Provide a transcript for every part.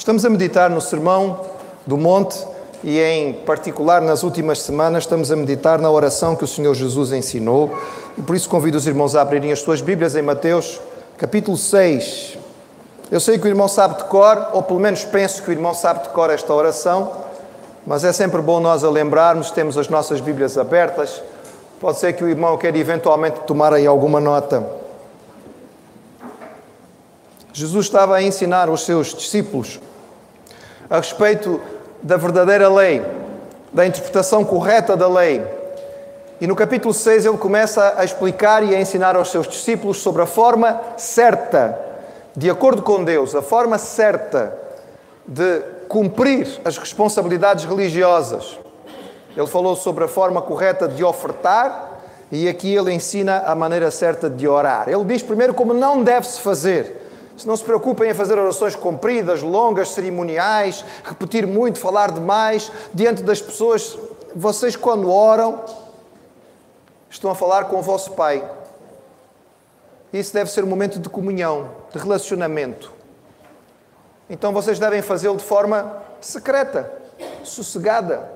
Estamos a meditar no Sermão do Monte e, em particular, nas últimas semanas, estamos a meditar na oração que o Senhor Jesus ensinou. E por isso convido os irmãos a abrirem as suas Bíblias em Mateus, capítulo 6. Eu sei que o irmão sabe de cor, ou pelo menos penso que o irmão sabe de cor esta oração, mas é sempre bom nós a lembrarmos, temos as nossas Bíblias abertas. Pode ser que o irmão queira eventualmente tomar aí alguma nota. Jesus estava a ensinar os seus discípulos a respeito da verdadeira lei, da interpretação correta da lei. E no capítulo 6 ele começa a explicar e a ensinar aos seus discípulos sobre a forma certa, de acordo com Deus, a forma certa de cumprir as responsabilidades religiosas. Ele falou sobre a forma correta de ofertar e aqui ele ensina a maneira certa de orar. Ele diz primeiro como não deve-se fazer. Se não se preocupem em fazer orações compridas, longas, cerimoniais, repetir muito, falar demais, diante das pessoas. Vocês, quando oram, estão a falar com o vosso Pai. Isso deve ser um momento de comunhão, de relacionamento. Então vocês devem fazê-lo de forma secreta, sossegada.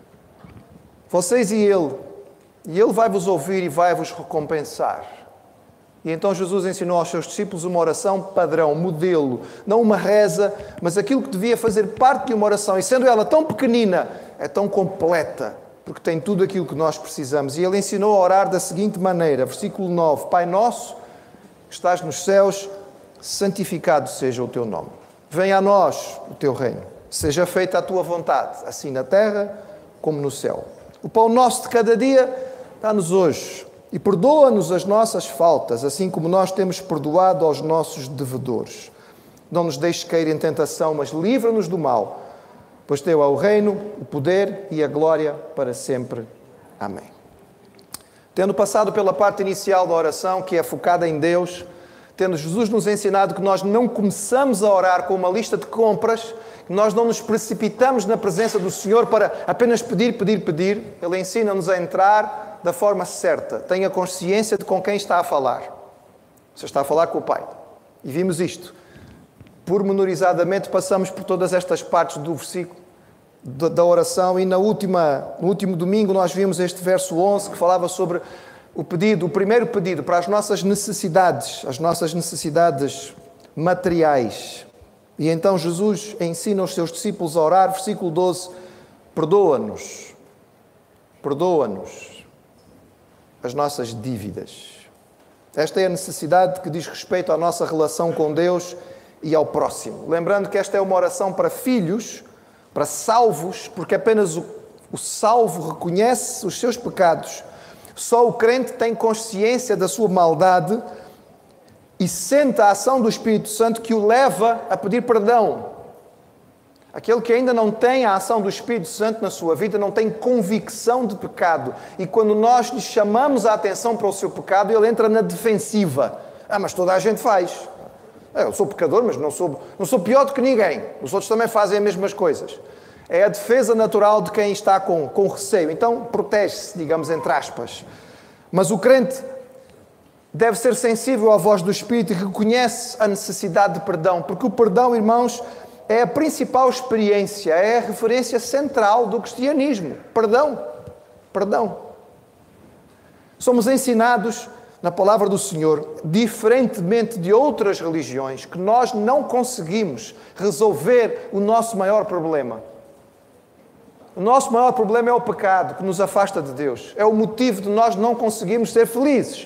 Vocês e Ele vai-vos ouvir e vai-vos recompensar. E então Jesus ensinou aos seus discípulos uma oração padrão, modelo, não uma reza, mas aquilo que devia fazer parte de uma oração. E sendo ela tão pequenina, é tão completa, porque tem tudo aquilo que nós precisamos. E ele ensinou a orar da seguinte maneira, versículo 9, Pai nosso, que estás nos céus, santificado seja o teu nome. Venha a nós o teu reino, seja feita a tua vontade, assim na terra como no céu. O pão nosso de cada dia dá-nos hoje. E perdoa-nos as nossas faltas, assim como nós temos perdoado aos nossos devedores. Não nos deixes cair em tentação, mas livra-nos do mal, pois teu é o reino, o poder e a glória para sempre. Amém. Tendo passado pela parte inicial da oração, que é focada em Deus, tendo Jesus nos ensinado que nós não começamos a orar com uma lista de compras, que nós não nos precipitamos na presença do Senhor para apenas pedir. Ele ensina-nos a entrar da forma certa. Tenha consciência de com quem está a falar. Você está a falar com o Pai. E vimos isto. Pormenorizadamente passamos por todas estas partes do versículo da oração e no último domingo nós vimos este verso 11 que falava sobre o primeiro pedido para as nossas necessidades materiais. E então Jesus ensina os seus discípulos a orar, versículo 12, perdoa-nos as nossas dívidas. Esta é a necessidade que diz respeito à nossa relação com Deus e ao próximo. Lembrando que esta é uma oração para filhos, para salvos, porque apenas o salvo reconhece os seus pecados. Só o crente tem consciência da sua maldade e sente a ação do Espírito Santo que o leva a pedir perdão. Aquele que ainda não tem a ação do Espírito Santo na sua vida, não tem convicção de pecado. E quando nós lhe chamamos a atenção para o seu pecado, ele entra na defensiva. Mas toda a gente faz. Eu sou pecador, mas não sou pior do que ninguém. Os outros também fazem as mesmas coisas. É a defesa natural de quem está com receio. Então, protege-se, digamos, entre aspas. Mas o crente deve ser sensível à voz do Espírito e reconhece a necessidade de perdão. Porque o perdão, irmãos, é a principal experiência, é a referência central do cristianismo. Perdão. Somos ensinados na palavra do Senhor, diferentemente de outras religiões, que nós não conseguimos resolver o nosso maior problema. O nosso maior problema é o pecado que nos afasta de Deus. É o motivo de nós não conseguirmos ser felizes.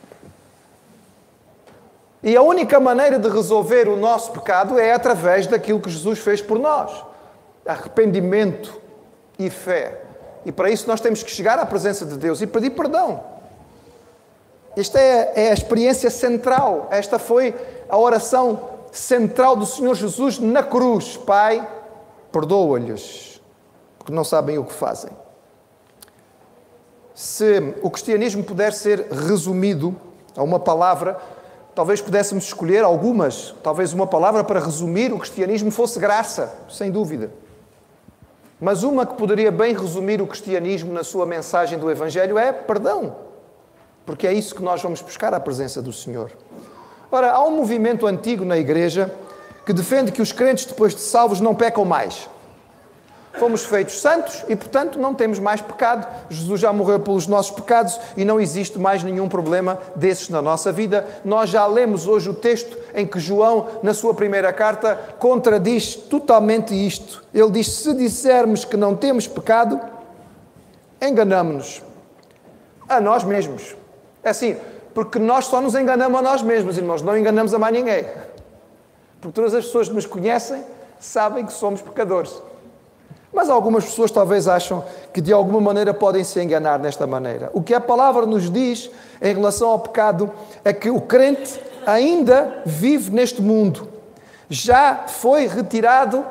E a única maneira de resolver o nosso pecado é através daquilo que Jesus fez por nós. Arrependimento e fé. E para isso nós temos que chegar à presença de Deus e pedir perdão. Esta é a experiência central. Esta foi a oração central do Senhor Jesus na cruz. Pai, perdoa-lhes, porque não sabem o que fazem. Se o cristianismo puder ser resumido a uma palavra, talvez pudéssemos escolher algumas, talvez uma palavra para resumir o cristianismo fosse graça, sem dúvida. Mas uma que poderia bem resumir o cristianismo na sua mensagem do Evangelho é perdão. Porque é isso que nós vamos buscar à presença do Senhor. Ora, há um movimento antigo na Igreja que que defende que os crentes, depois de salvos, não pecam mais. Fomos feitos santos e, portanto, não temos mais pecado. Jesus já morreu pelos nossos pecados e não existe mais nenhum problema desses na nossa vida. Nós já lemos hoje o texto em que João, na sua primeira carta, contradiz totalmente isto. Ele diz, se dissermos que não temos pecado, enganamo-nos a nós mesmos. É assim, porque nós só nos enganamos a nós mesmos, irmãos, não enganamos a mais ninguém. Porque todas as pessoas que nos conhecem sabem que somos pecadores. Mas algumas pessoas talvez acham que de alguma maneira podem se enganar nesta maneira. O que a palavra nos diz em relação ao pecado é que o crente ainda vive neste mundo. Já foi retirado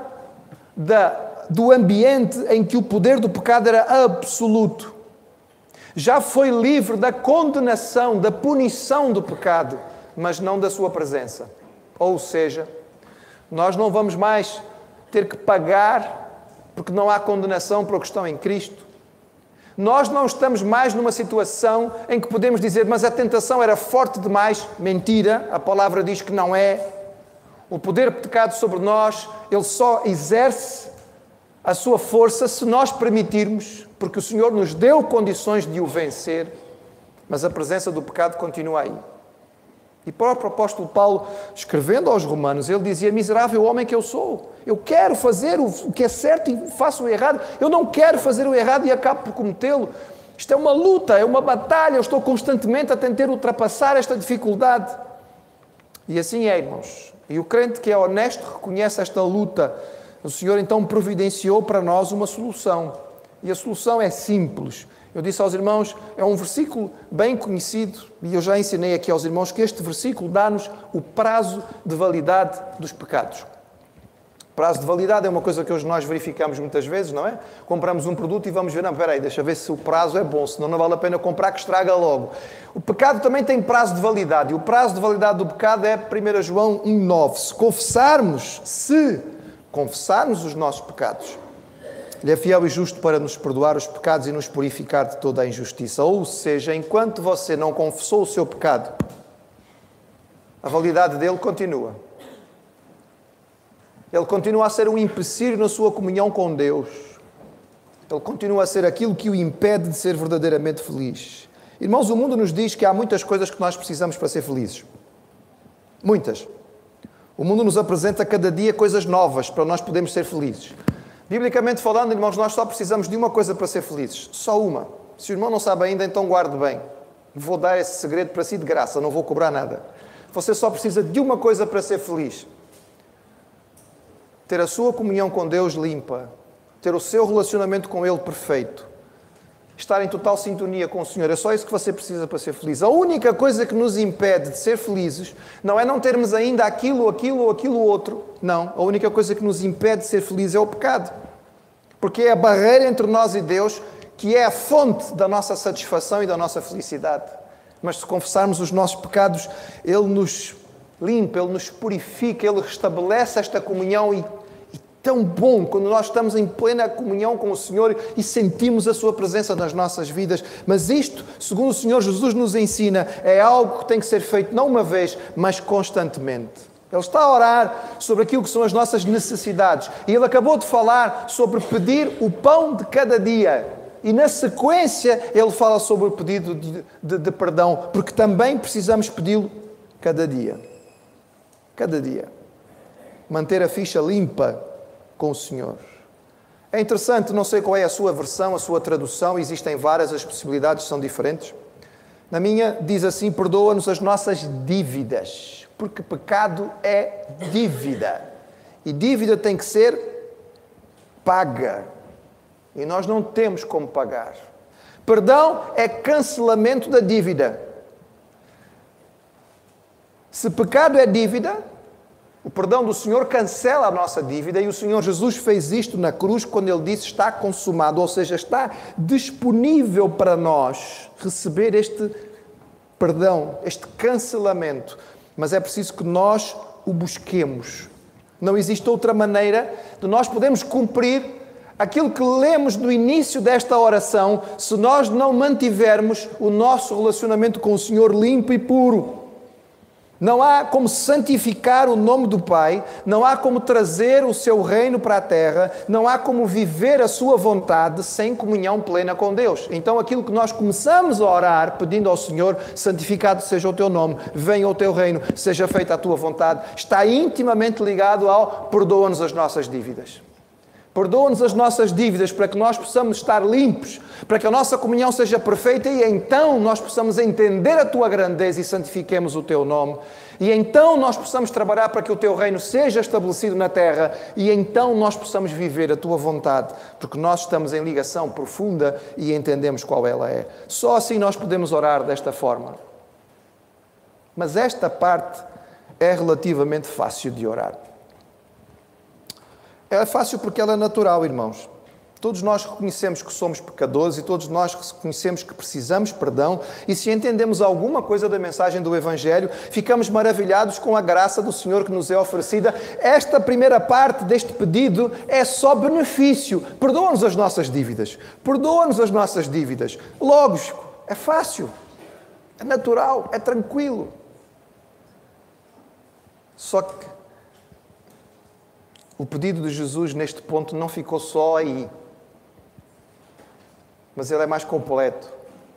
do ambiente em que o poder do pecado era absoluto. Já foi livre da condenação, da punição do pecado, mas não da sua presença. Ou seja, nós não vamos mais ter que pagar porque não há condenação para o que estão em Cristo. Nós não estamos mais numa situação em que podemos dizer, mas a tentação era forte demais. Mentira, a palavra diz que não é. O poder do pecado sobre nós, ele só exerce a sua força se nós permitirmos, porque o Senhor nos deu condições de o vencer, mas a presença do pecado continua aí. E o próprio apóstolo Paulo, escrevendo aos Romanos, ele dizia, miserável homem que eu sou, eu quero fazer o que é certo e faço o errado, eu não quero fazer o errado e acabo por cometê-lo. Isto é uma luta, é uma batalha, eu estou constantemente a tentar ultrapassar esta dificuldade. E assim é, irmãos. E o crente que é honesto reconhece esta luta. O Senhor então providenciou para nós uma solução. E a solução é simples. Eu disse aos irmãos, é um versículo bem conhecido, e eu já ensinei aqui aos irmãos que este versículo dá-nos o prazo de validade dos pecados. Prazo de validade é uma coisa que hoje nós verificamos muitas vezes, não é? Compramos um produto e vamos ver, não, espera aí, deixa ver se o prazo é bom, senão não vale a pena comprar que estraga logo. O pecado também tem prazo de validade, e o prazo de validade do pecado é 1 João 1,9. Se confessarmos os nossos pecados, Ele é fiel e justo para nos perdoar os pecados e nos purificar de toda a injustiça. Ou seja, enquanto você não confessou o seu pecado, a validade dele continua. Ele continua a ser um empecilho na sua comunhão com Deus. Ele continua a ser aquilo que o impede de ser verdadeiramente feliz. Irmãos, o mundo nos diz que há muitas coisas que nós precisamos para ser felizes. Muitas. O mundo nos apresenta cada dia coisas novas para nós podermos ser felizes. Biblicamente falando, irmãos, nós só precisamos de uma coisa para ser felizes. Só uma. Se o irmão não sabe ainda, então guarde bem. Vou dar esse segredo para si de graça, não vou cobrar nada. Você só precisa de uma coisa para ser feliz. Ter a sua comunhão com Deus limpa. Ter o seu relacionamento com Ele perfeito. Estar em total sintonia com o Senhor. É só isso que você precisa para ser feliz. A única coisa que nos impede de ser felizes não é não termos ainda aquilo outro. Não. A única coisa que nos impede de ser felizes é o pecado. Porque é a barreira entre nós e Deus que é a fonte da nossa satisfação e da nossa felicidade. Mas se confessarmos os nossos pecados, Ele nos limpa, Ele nos purifica, Ele restabelece esta comunhão e tão bom quando nós estamos em plena comunhão com o Senhor e sentimos a Sua presença nas nossas vidas. Mas isto, segundo o Senhor Jesus nos ensina, é algo que tem que ser feito não uma vez, mas constantemente. Ele está a orar sobre aquilo que são as nossas necessidades. E Ele acabou de falar sobre pedir o pão de cada dia. E na sequência Ele fala sobre o pedido de perdão, porque também precisamos pedi-lo cada dia. Cada dia. Manter a ficha limpa com o Senhor. É interessante, não sei qual é a sua versão, a sua tradução, existem várias, as possibilidades são diferentes. Na minha diz assim, perdoa-nos as nossas dívidas, porque pecado é dívida. E dívida tem que ser paga. E nós não temos como pagar. Perdão é cancelamento da dívida. Se pecado é dívida, o perdão do Senhor cancela a nossa dívida e o Senhor Jesus fez isto na cruz quando Ele disse está consumado, ou seja, está disponível para nós receber este perdão, este cancelamento. Mas é preciso que nós o busquemos. Não existe outra maneira de nós podermos cumprir aquilo que lemos no início desta oração se nós não mantivermos o nosso relacionamento com o Senhor limpo e puro. Não há como santificar o nome do Pai, não há como trazer o seu reino para a terra, não há como viver a sua vontade sem comunhão plena com Deus. Então aquilo que nós começamos a orar, pedindo ao Senhor, santificado seja o teu nome, venha o teu reino, seja feita a tua vontade, está intimamente ligado ao perdoa-nos as nossas dívidas. Perdoa-nos as nossas dívidas para que nós possamos estar limpos, para que a nossa comunhão seja perfeita e então nós possamos entender a tua grandeza e santifiquemos o teu nome. E então nós possamos trabalhar para que o teu reino seja estabelecido na terra e então nós possamos viver a tua vontade, porque nós estamos em ligação profunda e entendemos qual ela é. Só assim nós podemos orar desta forma. Mas esta parte é relativamente fácil de orar. É fácil porque ela é natural, irmãos. Todos nós reconhecemos que somos pecadores e todos nós reconhecemos que precisamos de perdão. E se entendemos alguma coisa da mensagem do Evangelho, ficamos maravilhados com a graça do Senhor que nos é oferecida. Esta primeira parte deste pedido é só benefício. Perdoa-nos as nossas dívidas. Perdoa-nos as nossas dívidas. Lógico, é fácil, é natural, é tranquilo. Só que o pedido de Jesus neste ponto não ficou só aí, mas ele é mais completo.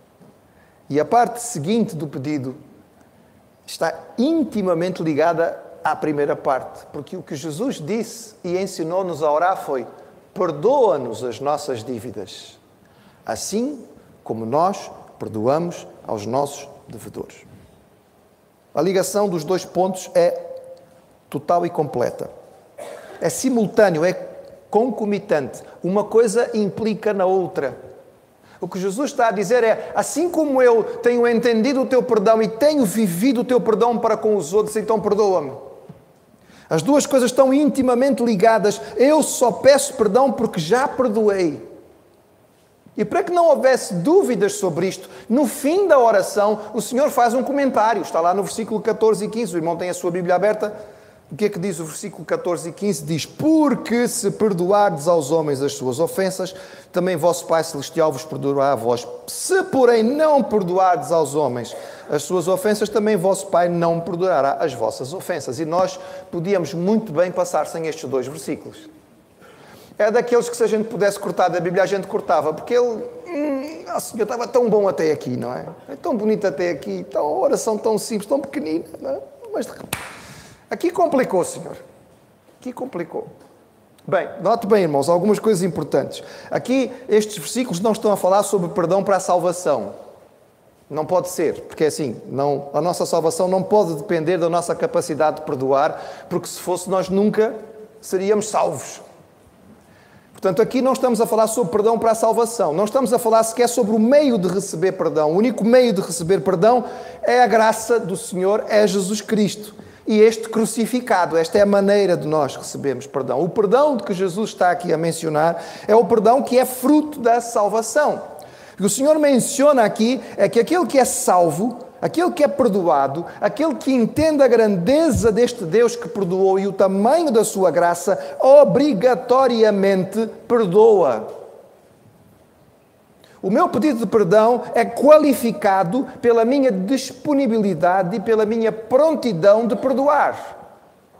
E a parte seguinte do pedido está intimamente ligada à primeira parte, porque o que Jesus disse e ensinou-nos a orar foi: perdoa-nos as nossas dívidas, assim como nós perdoamos aos nossos devedores. A ligação dos dois pontos é total e completa. É simultâneo, é concomitante. Uma coisa implica na outra. O que Jesus está a dizer é: assim como eu tenho entendido o teu perdão e tenho vivido o teu perdão para com os outros, então perdoa-me. As duas coisas estão intimamente ligadas. Eu só peço perdão porque já perdoei. E para que não houvesse dúvidas sobre isto, no fim da oração, o Senhor faz um comentário. Está lá no versículo 14 e 15. O irmão tem a sua Bíblia aberta. O que é que diz o versículo 14 e 15? Diz: porque se perdoardes aos homens as suas ofensas, também vosso Pai Celestial vos perdoará a vós. Se, porém, não perdoardes aos homens as suas ofensas, também vosso Pai não perdoará as vossas ofensas. E nós podíamos muito bem passar sem estes dois versículos. É daqueles que, se a gente pudesse cortar da Bíblia, a gente cortava, porque ele, Senhor, estava tão bom até aqui, não é? É tão bonito até aqui, tão oração tão simples, tão pequenina, não é? Mas aqui complicou, Senhor. Aqui complicou. Bem, note bem, irmãos, algumas coisas importantes. Aqui, estes versículos não estão a falar sobre perdão para a salvação. Não pode ser, porque é assim, a nossa salvação não pode depender da nossa capacidade de perdoar, porque se fosse nós nunca seríamos salvos. Portanto, aqui não estamos a falar sobre perdão para a salvação. Não estamos a falar sequer sobre o meio de receber perdão. O único meio de receber perdão é a graça do Senhor, é Jesus Cristo. E este crucificado, esta é a maneira de nós recebermos perdão. O perdão de que Jesus está aqui a mencionar é o perdão que é fruto da salvação. O que o Senhor menciona aqui é que aquele que é salvo, aquele que é perdoado, aquele que entende a grandeza deste Deus que perdoou e o tamanho da sua graça, obrigatoriamente perdoa. O meu pedido de perdão é qualificado pela minha disponibilidade e pela minha prontidão de perdoar.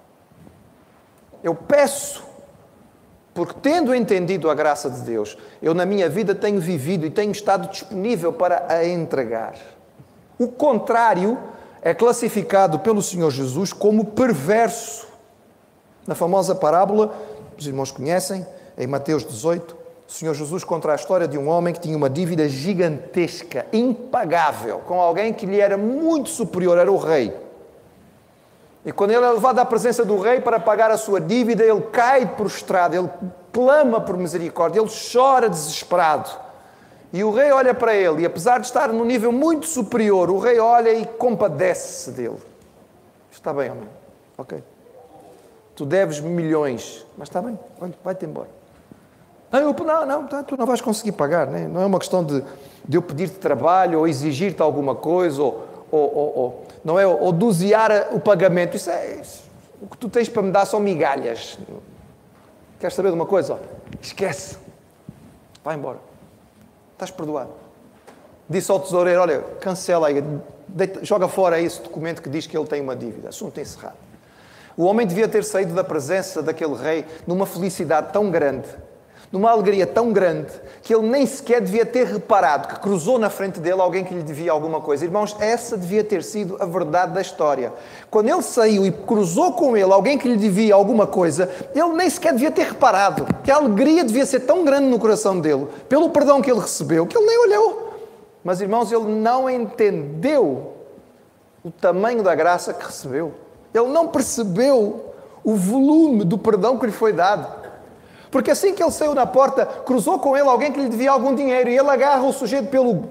Eu peço, porque tendo entendido a graça de Deus, eu na minha vida tenho vivido e tenho estado disponível para a entregar. O contrário é classificado pelo Senhor Jesus como perverso. Na famosa parábola, os irmãos conhecem, em Mateus 18, o Senhor Jesus conta a história de um homem que tinha uma dívida gigantesca, impagável, com alguém que lhe era muito superior, era o rei. E quando ele é levado à presença do rei para pagar a sua dívida, ele cai prostrado, ele clama por misericórdia, ele chora desesperado. E o rei olha para ele, e apesar de estar num nível muito superior, o rei olha e compadece-se dele. Está bem, homem, ok. Tu deves milhões, mas está bem, olha, vai-te embora. Não, tu não vais conseguir pagar, né? Não é uma questão de eu pedir-te trabalho ou exigir-te alguma coisa ou dosear o pagamento. Isso, o que tu tens para me dar são migalhas. Queres saber de uma coisa? Esquece. Vai embora. Estás perdoado. disse ao tesoureiro, olha, cancela aí, joga fora esse documento que diz que ele tem uma dívida. Assunto encerrado. O homem devia ter saído da presença daquele rei numa felicidade tão grande, numa alegria tão grande, que ele nem sequer devia ter reparado que cruzou na frente dele alguém que lhe devia alguma coisa. Irmãos, essa devia ter sido a verdade da história. Quando ele saiu e cruzou com ele alguém que lhe devia alguma coisa, ele nem sequer devia ter reparado, que a alegria devia ser tão grande no coração dele, pelo perdão que ele recebeu, que ele nem olhou. Mas, irmãos, ele não entendeu o tamanho da graça que recebeu. Ele não percebeu o volume do perdão que lhe foi dado. Porque assim que ele saiu na porta, cruzou com ele alguém que lhe devia algum dinheiro e ele agarra o sujeito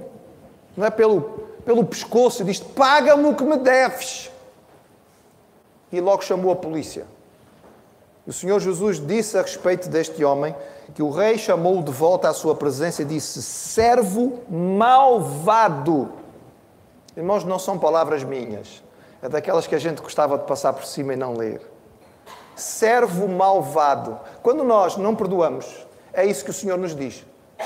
pelo pescoço e diz, paga-me o que me deves. E logo chamou a polícia. E o Senhor Jesus disse a respeito deste homem que o rei chamou-o de volta à sua presença e disse, servo malvado. Irmãos, não são palavras minhas. É daquelas que a gente gostava de passar por cima e não ler. Servo malvado. Quando nós não perdoamos, é isso que o Senhor nos diz.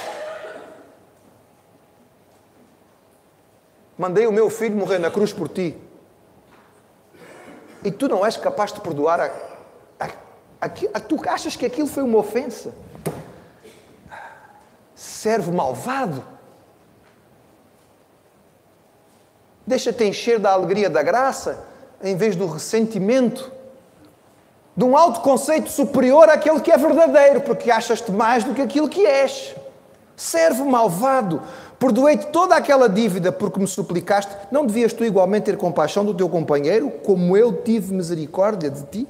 Mandei o meu filho morrer na cruz por ti. E tu não és capaz de perdoar tu achas que aquilo foi uma ofensa? Servo malvado. Deixa-te encher da alegria da graça, em vez do ressentimento, de um autoconceito superior àquele que é verdadeiro, porque achas-te mais do que aquilo que és. Servo malvado. Perdoei-te toda aquela dívida porque me suplicaste. Não devias tu igualmente ter compaixão do teu companheiro, como eu tive misericórdia de ti?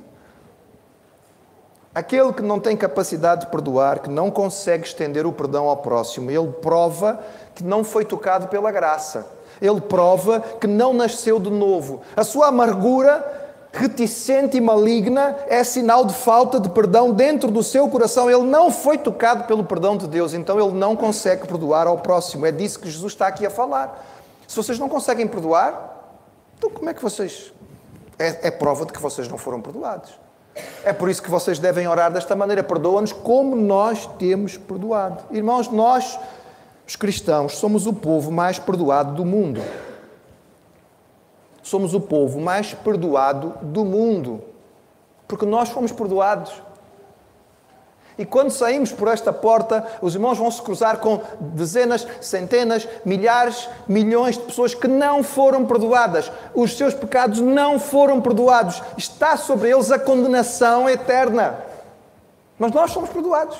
Aquele que não tem capacidade de perdoar, que não consegue estender o perdão ao próximo, ele prova que não foi tocado pela graça. Ele prova que não nasceu de novo. A sua amargura reticente e maligna é sinal de falta de perdão dentro do seu coração. Ele não foi tocado pelo perdão de Deus, então ele não consegue perdoar ao próximo. É disso que Jesus está aqui a falar. Se vocês não conseguem perdoar, então como é que vocês... É prova de que vocês não foram perdoados. É por isso que vocês devem orar desta maneira. Perdoa-nos como nós temos perdoado. Irmãos, nós, os cristãos, somos o povo mais perdoado do mundo. Somos o povo mais perdoado do mundo. Porque nós fomos perdoados. E quando saímos por esta porta, os irmãos vão se cruzar com dezenas, centenas, milhares, milhões de pessoas que não foram perdoadas. Os seus pecados não foram perdoados. Está sobre eles a condenação eterna. Mas nós somos perdoados.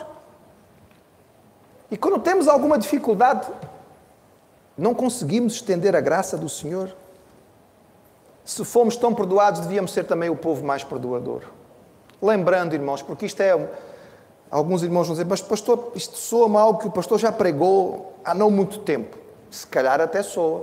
E quando temos alguma dificuldade, não conseguimos estender a graça do Senhor. Se fomos tão perdoados, devíamos ser também o povo mais perdoador. Lembrando, irmãos, porque isto é... Alguns irmãos vão dizer, mas pastor, isto soa-me algo que o pastor já pregou há não muito tempo. Se calhar até soa.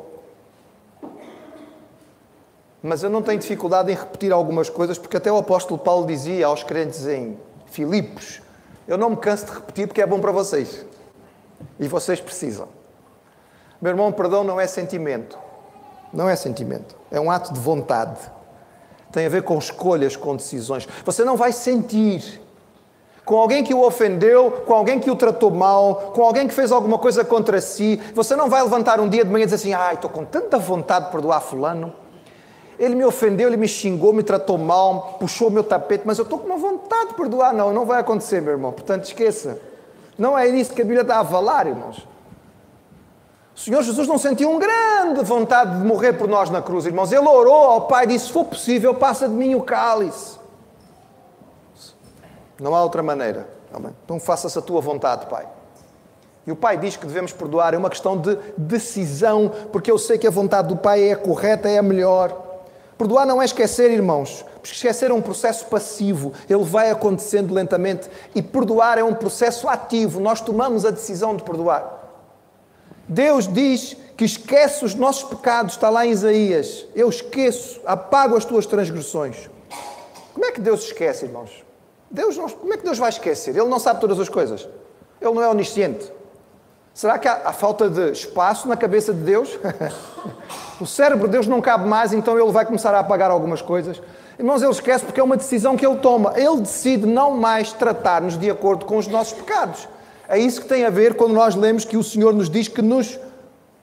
Mas eu não tenho dificuldade em repetir algumas coisas, porque até o apóstolo Paulo dizia aos crentes em Filipos, eu não me canso de repetir porque é bom para vocês. E vocês precisam. Meu irmão, perdão não é sentimento. Não é sentimento. É um ato de vontade. Tem a ver com escolhas, com decisões. Você não vai sentir com alguém que o ofendeu, com alguém que o tratou mal, com alguém que fez alguma coisa contra si. Você não vai levantar um dia de manhã e dizer assim, estou com tanta vontade de perdoar fulano. Ele me ofendeu, ele me xingou, me tratou mal, puxou o meu tapete, mas eu estou com uma vontade de perdoar. Não, não vai acontecer, meu irmão. Portanto, esqueça. Não é isso que a Bíblia está a falar, irmãos. O Senhor Jesus não sentiu uma grande vontade de morrer por nós na cruz, irmãos. Ele orou ao Pai e disse, se for possível, passa de mim o cálice. Não há outra maneira. Então faça-se a tua vontade, Pai. E o Pai diz que devemos perdoar. É uma questão de decisão, porque eu sei que a vontade do Pai é a correta, é a melhor. Perdoar não é esquecer, irmãos. Esquecer é um processo passivo. Ele vai acontecendo lentamente. E perdoar é um processo ativo. Nós tomamos a decisão de perdoar. Deus diz que esquece os nossos pecados. Está lá em Isaías. Eu esqueço, apago as tuas transgressões. Como é que Deus esquece, irmãos? Como é que Deus vai esquecer? Ele não sabe todas as coisas. Ele não é onisciente. Será que há falta de espaço na cabeça de Deus? O cérebro de Deus não cabe mais, então ele vai começar a apagar algumas coisas. Irmãos, ele esquece porque é uma decisão que ele toma. Ele decide não mais tratar-nos de acordo com os nossos pecados. É isso que tem a ver quando nós lemos que o Senhor nos diz que nos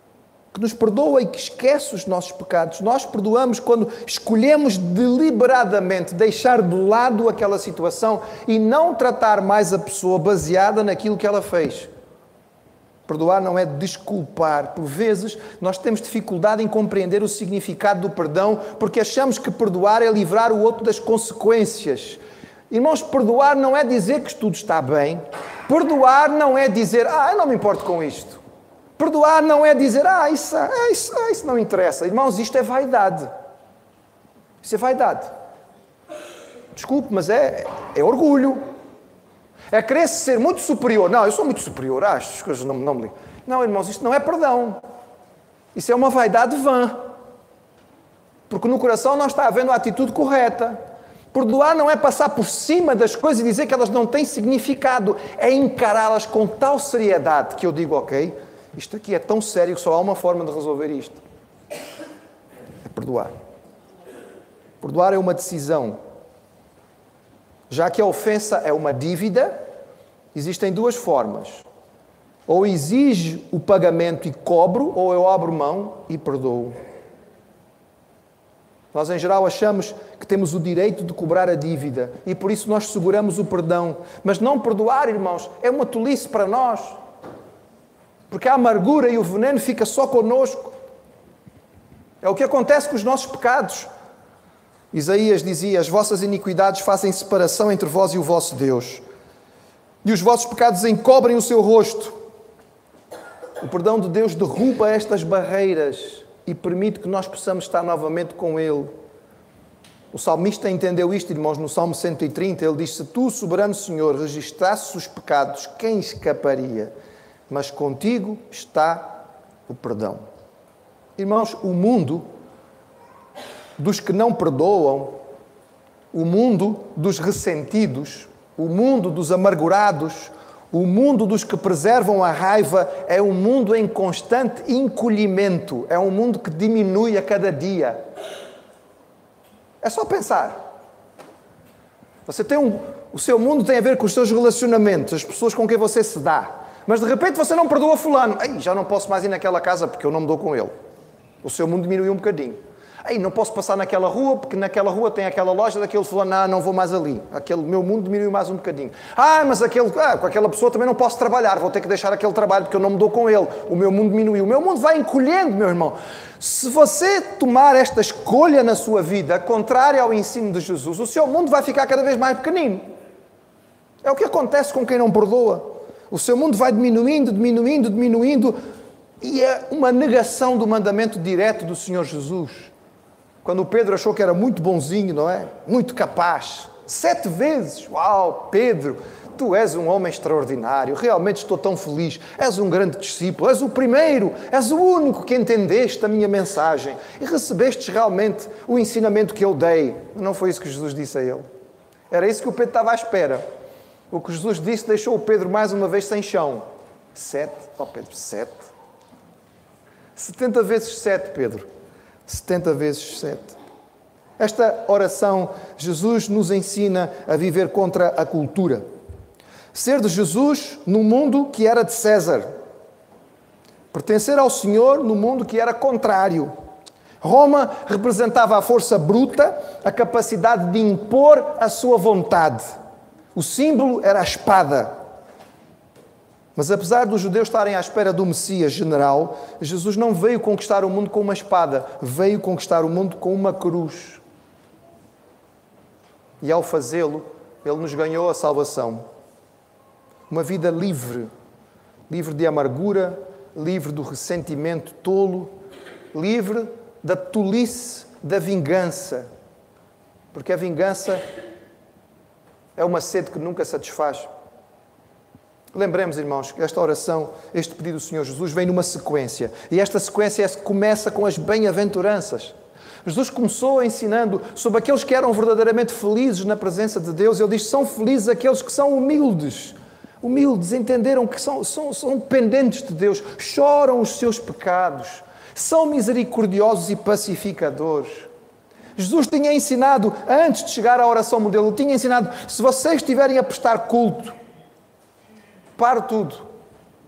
que nos perdoa e que esquece os nossos pecados. Nós perdoamos quando escolhemos deliberadamente deixar de lado aquela situação e não tratar mais a pessoa baseada naquilo que ela fez. Perdoar não é desculpar. Por vezes, nós temos dificuldade em compreender o significado do perdão porque achamos que perdoar é livrar o outro das consequências. Irmãos, perdoar não é dizer que tudo está bem. Perdoar não é dizer, eu não me importo com isto. Perdoar não é dizer, isso não interessa. Irmãos, isto é vaidade. Isso é vaidade. Desculpe, mas é orgulho. É querer ser muito superior. Não, eu sou muito superior. Estas coisas não me ligam. Não, irmãos, isto não é perdão. Isso é uma vaidade vã. Porque no coração não está havendo a atitude correta. Perdoar não é passar por cima das coisas e dizer que elas não têm significado. É encará-las com tal seriedade que eu digo, ok, isto aqui é tão sério que só há uma forma de resolver isto. É perdoar. Perdoar é uma decisão. Já que a ofensa é uma dívida, existem duas formas. Ou exige o pagamento e cobro, ou eu abro mão e perdoo. Nós, em geral, achamos que temos o direito de cobrar a dívida e por isso nós seguramos o perdão. Mas não perdoar, irmãos, é uma tolice para nós. Porque a amargura e o veneno fica só connosco. É o que acontece com os nossos pecados. Isaías dizia, as vossas iniquidades fazem separação entre vós e o vosso Deus. E os vossos pecados encobrem o seu rosto. O perdão de Deus derruba estas barreiras e permite que nós possamos estar novamente com Ele. O salmista entendeu isto, irmãos, no Salmo 130. Ele diz, se tu, soberano Senhor, registasses os pecados, quem escaparia? Mas contigo está o perdão. Irmãos, o mundo dos que não perdoam, o mundo dos ressentidos, o mundo dos amargurados, o mundo dos que preservam a raiva é um mundo em constante encolhimento, é um mundo que diminui a cada dia. É só pensar. Você tem o seu mundo tem a ver com os seus relacionamentos, as pessoas com quem você se dá. Mas de repente você não perdoa fulano. Já não posso mais ir naquela casa porque eu não me dou com ele. O seu mundo diminuiu um bocadinho. Não posso passar naquela rua porque naquela rua tem aquela loja daquele fulano. Não vou mais ali. Meu mundo diminuiu mais um bocadinho. Mas com aquela pessoa também não posso trabalhar. Vou ter que deixar aquele trabalho porque eu não me dou com ele. O meu mundo diminuiu. O meu mundo vai encolhendo, meu irmão. Se você tomar esta escolha na sua vida, contrária ao ensino de Jesus, o seu mundo vai ficar cada vez mais pequenino. É o que acontece com quem não perdoa. O seu mundo vai diminuindo, e é uma negação do mandamento direto do Senhor Jesus. Quando o Pedro achou que era muito bonzinho, não é? Muito capaz. 7 vezes. Uau, Pedro, tu és um homem extraordinário. Realmente estou tão feliz. És um grande discípulo. És o primeiro. És o único que entendeste a minha mensagem. E recebestes realmente o ensinamento que eu dei. Não foi isso que Jesus disse a ele. Era isso que o Pedro estava à espera. O que Jesus disse deixou o Pedro mais uma vez sem chão. 7? Pedro, 7? 70 vezes 7, Pedro. 70 vezes 7. Esta oração, Jesus nos ensina a viver contra a cultura. Ser de Jesus no mundo que era de César. Pertencer ao Senhor no mundo que era contrário. Roma representava a força bruta, a capacidade de impor a sua vontade. O símbolo era a espada. Mas apesar dos judeus estarem à espera do Messias general, Jesus não veio conquistar o mundo com uma espada, veio conquistar o mundo com uma cruz. E ao fazê-lo, Ele nos ganhou a salvação. Uma vida livre, livre de amargura, livre do ressentimento tolo, livre da tolice da vingança. Porque a vingança é uma sede que nunca satisfaz. Lembremos, irmãos, que esta oração, este pedido do Senhor Jesus vem numa sequência. E esta sequência começa com as bem-aventuranças. Jesus começou ensinando sobre aqueles que eram verdadeiramente felizes na presença de Deus. Ele diz, são felizes aqueles que são humildes. Humildes, entenderam que são dependentes de Deus. Choram os seus pecados. São misericordiosos e pacificadores. Jesus tinha ensinado, antes de chegar à oração modelo, ele tinha ensinado, se vocês estiverem a prestar culto, pare tudo.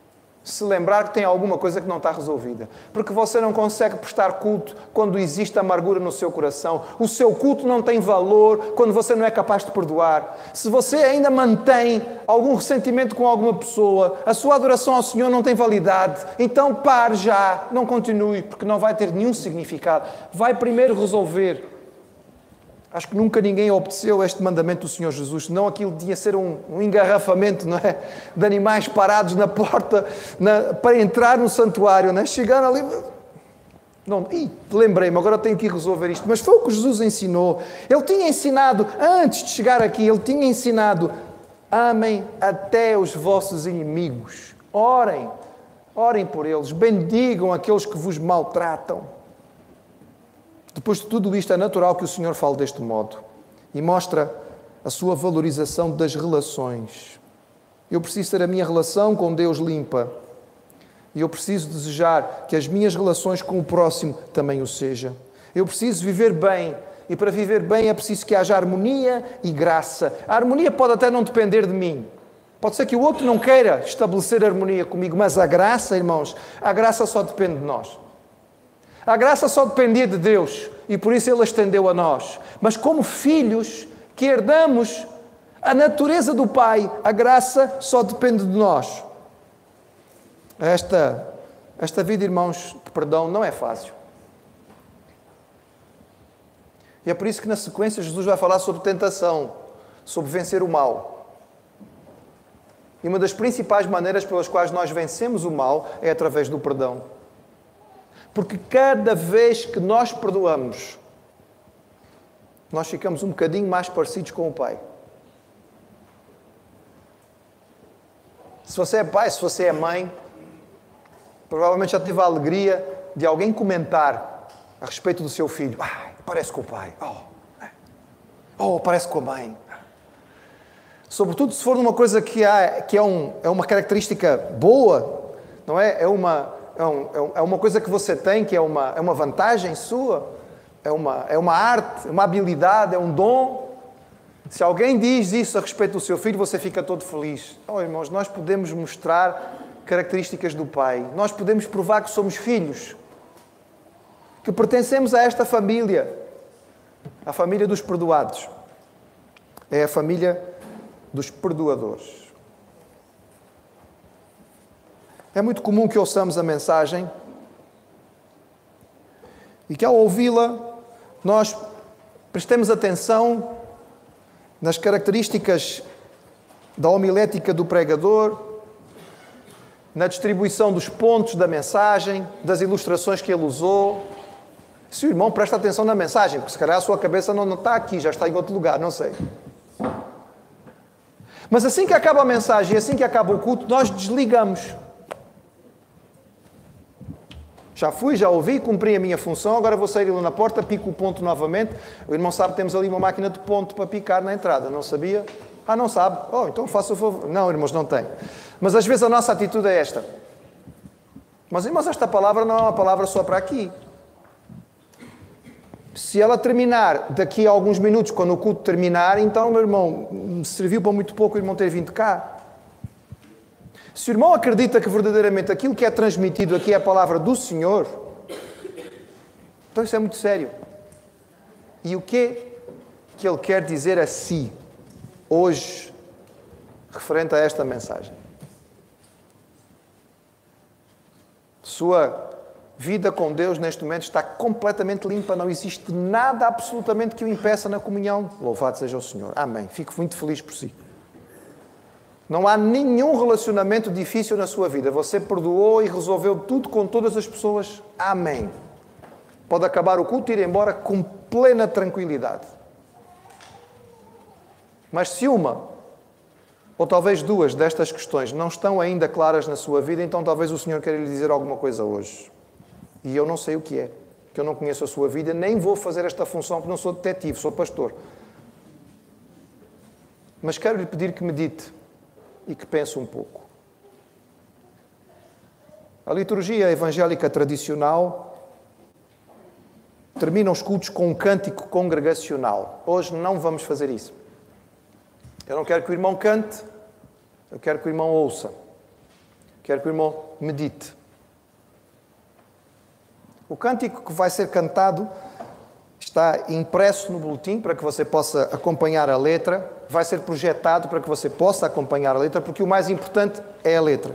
se lembrar que tem alguma coisa que não está resolvida. Porque você não consegue prestar culto quando existe amargura no seu coração. O seu culto não tem valor quando você não é capaz de perdoar. Se você ainda mantém algum ressentimento com alguma pessoa, a sua adoração ao Senhor não tem validade. Então pare já, não continue, porque não vai ter nenhum significado. Vai primeiro resolver. Acho que nunca ninguém obedeceu a este mandamento do Senhor Jesus, senão aquilo tinha ser um engarrafamento, não é? De animais parados na porta para entrar no santuário, não é? Chegaram ali... Não, lembrei-me, agora tenho que ir resolver isto. Mas foi o que Jesus ensinou. Ele tinha ensinado, antes de chegar aqui, ele tinha ensinado: amem até os vossos inimigos. Orem por eles, bendigam aqueles que vos maltratam. Depois de tudo isto, é natural que o Senhor fale deste modo e mostra a sua valorização das relações. Eu preciso ter a minha relação com Deus limpa e eu preciso desejar que as minhas relações com o próximo também o sejam. Eu preciso viver bem e para viver bem é preciso que haja harmonia e graça. A harmonia pode até não depender de mim. Pode ser que o outro não queira estabelecer harmonia comigo, mas a graça, irmãos, a graça só depende de nós. A graça só dependia de Deus e por isso Ele a estendeu a nós. Mas como filhos que herdamos a natureza do Pai, a graça só depende de nós. Esta vida, irmãos, de perdão não é fácil. E é por isso que na sequência Jesus vai falar sobre tentação, sobre vencer o mal. E uma das principais maneiras pelas quais nós vencemos o mal é através do perdão. Porque cada vez que nós perdoamos, nós ficamos um bocadinho mais parecidos com o Pai. Se você é pai, se você é mãe, provavelmente já teve a alegria de alguém comentar a respeito do seu filho. Parece com o pai. Parece com a mãe. Sobretudo se for uma coisa que é uma característica boa, não é? É uma coisa que você tem, que é uma vantagem sua, é uma arte, é uma habilidade, é um dom. Se alguém diz isso a respeito do seu filho, você fica todo feliz. Irmãos, nós podemos mostrar características do Pai. Nós podemos provar que somos filhos, que pertencemos a esta família, a família dos perdoados. É a família dos perdoadores. É muito comum que ouçamos a mensagem e que ao ouvi-la nós prestemos atenção nas características da homilética do pregador, na distribuição dos pontos da mensagem, das ilustrações que ele usou. Se o irmão presta atenção na mensagem, porque se calhar a sua cabeça não está aqui, já está em outro lugar, não sei. Mas assim que acaba a mensagem e assim que acaba o culto, nós desligamos. Já fui, já ouvi, cumpri a minha função, agora vou sair ali na porta, pico o ponto novamente. O irmão sabe que temos ali uma máquina de ponto para picar na entrada, não sabia? Não sabe? Então faça o favor. Não, irmãos, não tem. Mas às vezes a nossa atitude é esta. Mas, irmãos, esta palavra não é uma palavra só para aqui. Se ela terminar daqui a alguns minutos, quando o culto terminar, então, meu irmão, serviu para muito pouco o irmão ter vindo cá. Se o irmão acredita que verdadeiramente aquilo que é transmitido aqui é a palavra do Senhor, então isso é muito sério. E o que ele quer dizer a si, hoje, referente a esta mensagem? Sua vida com Deus neste momento está completamente limpa, não existe nada absolutamente que o impeça na comunhão. Louvado seja o Senhor. Amém. Fico muito feliz por si. Não há nenhum relacionamento difícil na sua vida. Você perdoou e resolveu tudo com todas as pessoas. Amém. Pode acabar o culto e ir embora com plena tranquilidade. Mas se uma, ou talvez duas destas questões não estão ainda claras na sua vida, então talvez o Senhor queira lhe dizer alguma coisa hoje. E eu não sei o que é, que eu não conheço a sua vida, nem vou fazer esta função porque não sou detetive, sou pastor. Mas quero lhe pedir que medite e que pense um pouco. A liturgia evangélica tradicional termina os cultos com um cântico congregacional. Hoje não vamos fazer isso. Eu não quero que o irmão cante, eu quero que o irmão ouça. Quero que o irmão medite. O cântico que vai ser cantado está impresso no boletim para que você possa acompanhar a letra. Vai ser projetado para que você possa acompanhar a letra, porque o mais importante é a letra.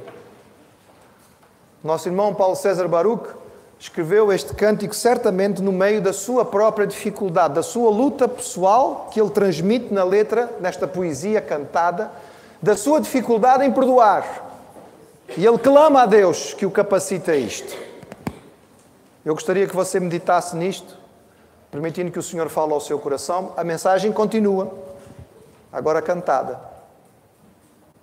Nosso irmão Paulo César Baruch escreveu este cântico certamente no meio da sua própria dificuldade, da sua luta pessoal que ele transmite na letra, nesta poesia cantada, da sua dificuldade em perdoar. E ele clama a Deus que o capacite a isto. Eu gostaria que você meditasse nisto, permitindo que o Senhor fale ao seu coração. A mensagem continua, agora cantada.